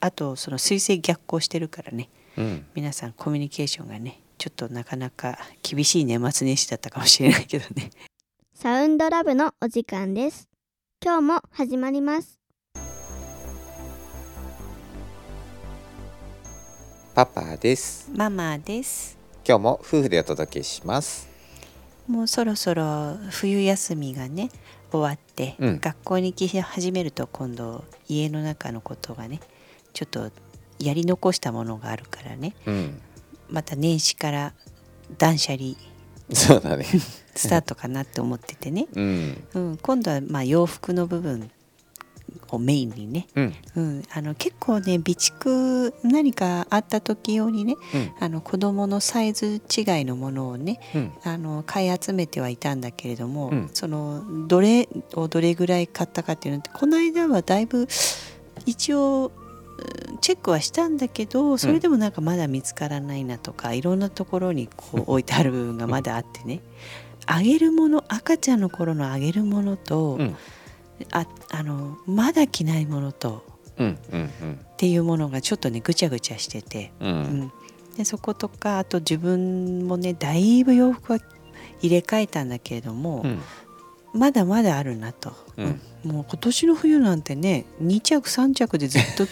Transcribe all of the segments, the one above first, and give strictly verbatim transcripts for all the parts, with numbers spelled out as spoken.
あとその水星逆行してるからね、 うん、 皆さんコミュニケーションがねちょっとなかなか厳しい年末年始だったかもしれないけどね。 サウンドラブのお時間です。今日も始まります。 パパです。 ママです。 今日も夫婦でお届けします。 もうそろそろ冬休みがね終わって、 うん、 学校に行き始めると今度家の中のことがねちょっとやり残したものがあるからね、 うん、 また年始から断捨離そうだねスタートかなって思っててね、 うんうん、今度はまあ洋服の部分をメインにね、 うんうん、あの結構ね備蓄何かあった時用にね、 うん、 あの子供のサイズ違いのものをね、 うん、 あの買い集めてはいたんだけれども、 うん、 そのどれをどれぐらい買ったかっていうのってこの間はだいぶ一応チェックはしたんだけど、それでもなんかまだ見つからないなとか、うん、いろんなところにこう置いてある部分がまだあってねあげるもの赤ちゃんの頃のあげるものと、 うん、 ああのまだ着ないものと、 うんうんうん、 っていうものがちょっとねぐちゃぐちゃしてて、 うんうん、 でそことかあと自分もねだいぶ洋服は入れ替えたんだけれども、うん、まだまだあるなと、うん、もう今年の冬なんてねに着さん着でずっと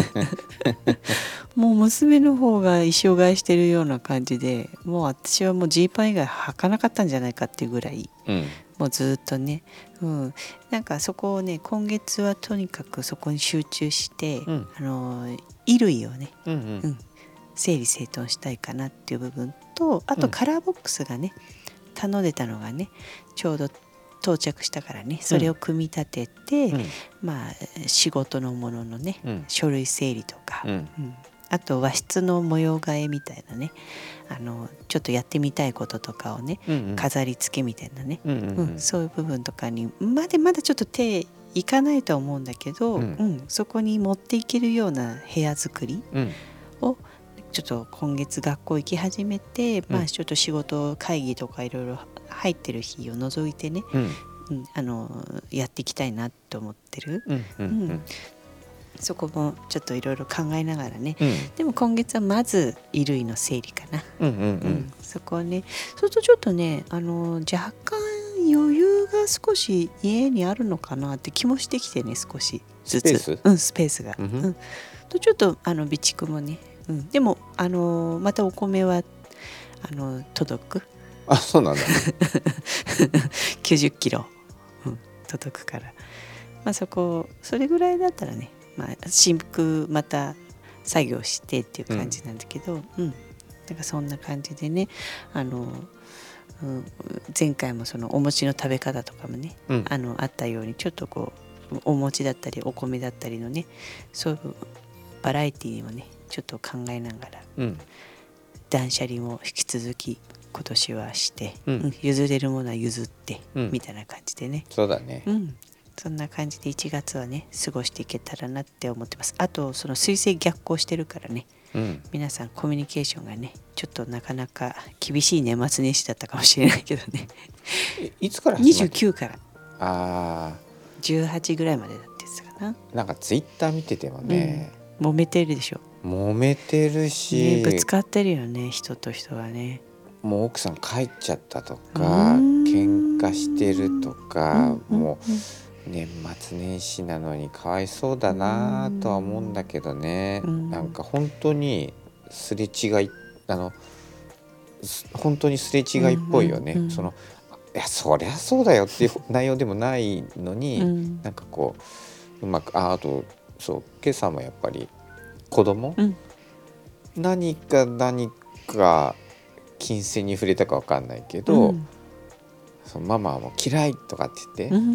もう娘の方が衣装替えしてるような感じで、もう私はもうジーパン以外履かなかったんじゃないかっていうぐらい、うん、もうずっとね、うん、なんかそこをね今月はとにかくそこに集中して、うん、あの衣類をね、うんうんうん、整理整頓したいかなっていう部分と、あとカラーボックスがね、うん、頼んでたのがねちょうど到着したからね、それを組み立てて、うん、まあ仕事のもののね、うん、書類整理とか、うんうん、あと和室の模様替えみたいなね、あのちょっとやってみたいこととかをね、うんうん、飾り付けみたいなね、うんうんうんうん、そういう部分とかにまだまだちょっと手いかないとは思うんだけど、うんうん、そこに持っていけるような部屋作りをちょっと今月学校行き始めて、うん、まあちょっと仕事会議とかいろいろ入ってる日を除いてね、うんうん、あのやっていきたいなと思ってる、うんうんうんうん、そこもちょっといろいろ考えながらね、うん、でも今月はまず衣類の整理かな、うんうんうんうん、そこをねそうするとちょっとねあの若干余裕が少し家にあるのかなって気もしてきてね、少しずつスペース、 うん、スペースが、 うんうん、とちょっとあの備蓄もね、うん、でもあのまたお米はあの届く、 あ、そうなんだきゅうじゅっキロ、うん、届くから、まあ、そこそれぐらいだったらね、まあ、新服また作業してっていう感じなんだけど、うん、うん、だからそんな感じでね、あの、うん、前回もそのお餅の食べ方とかもね、うん、あのあったようにちょっとこうお餅だったりお米だったりのねそういうバラエティーにもねちょっと考えながら、うん、断捨離も引き続き今年はして、うん、譲れるものは譲って、うん、みたいな感じでね、 そうだね、 うん、そんな感じでいちがつはね過ごしていけたらなって思ってます。あとその水星逆行してるからね、うん、皆さんコミュニケーションがねちょっとなかなか厳しい年末年始だったかもしれないけどねいつから始まった？ にじゅうきゅうからあじゅうはちぐらいまでだってやつかな。 なんかツイッター見ててもね、 うん、揉めてるでしょ。 揉めてるし、 ね、ぶつかってるよね、人と人がね。 もう奥さん帰っちゃったとか喧嘩してるとか、もう年末年始なのにかわいそうだなとは思うんだけどね、なんか本当にすれ違いあの本当にすれ違いっぽいよね、うんうんうん、そのいやそりゃそうだよっていう内容でもないのに、うん、なんかこううまく あ, あとそう今朝もやっぱり子供、うん、何か何か金銭に触れたか分かんないけど、うん、そのママはもう嫌いとかって言って、うん、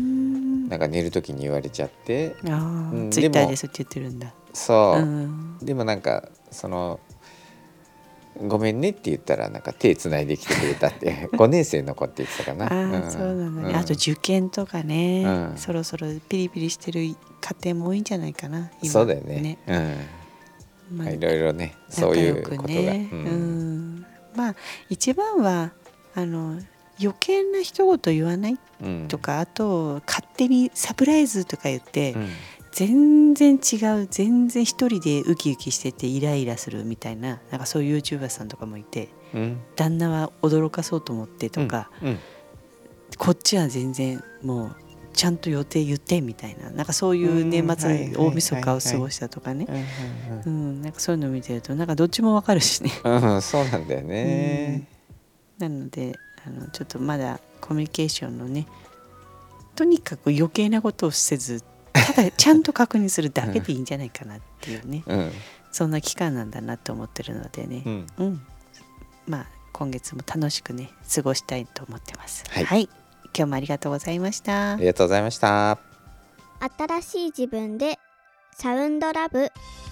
なんか寝る時に言われちゃって、 あ、うん、ツイッターでそうって言ってるんだ。 そう、うん、でもなんかそのごめんねって言ったらなんか手つないできてくれたってごねん生の子って言ってたかな。 あ、うん、そうなのね、うん、あと受験とかね、うん、そろそろピリピリしてる家庭も多いんじゃないかな今。 そうだよね、うん、まあ、いろいろねそういうことが、ね、うんうん、 まあ一番はあの余計な一言言わないとか、うん、あと勝手にサプライズとか言って、うん、 全然違う、全然一人でウキウキしててイライラするみたいな、なんかそういう YouTuber さんとかもいて、うん、旦那は驚かそうと思ってとか、うんうん、こっちは全然もうちゃんと予定言ってみたいな、なんかそういう年末大晦日を過ごしたとかね、なんかそういうのを見てるとなんかどっちもわかるしね、 うん、そうなんだよね、 うん、なのであのちょっとまだコミュニケーションのね、とにかく余計なことをせず、ただちゃんと確認するだけでいいんじゃないかなっていうね、うん、そんな期間なんだなと思ってるのでね、うんうん、まあ今月も楽しくね過ごしたいと思ってます。はい、はい、今日もありがとうございました。 ありがとうございました。 新しい自分でサウンドラブ。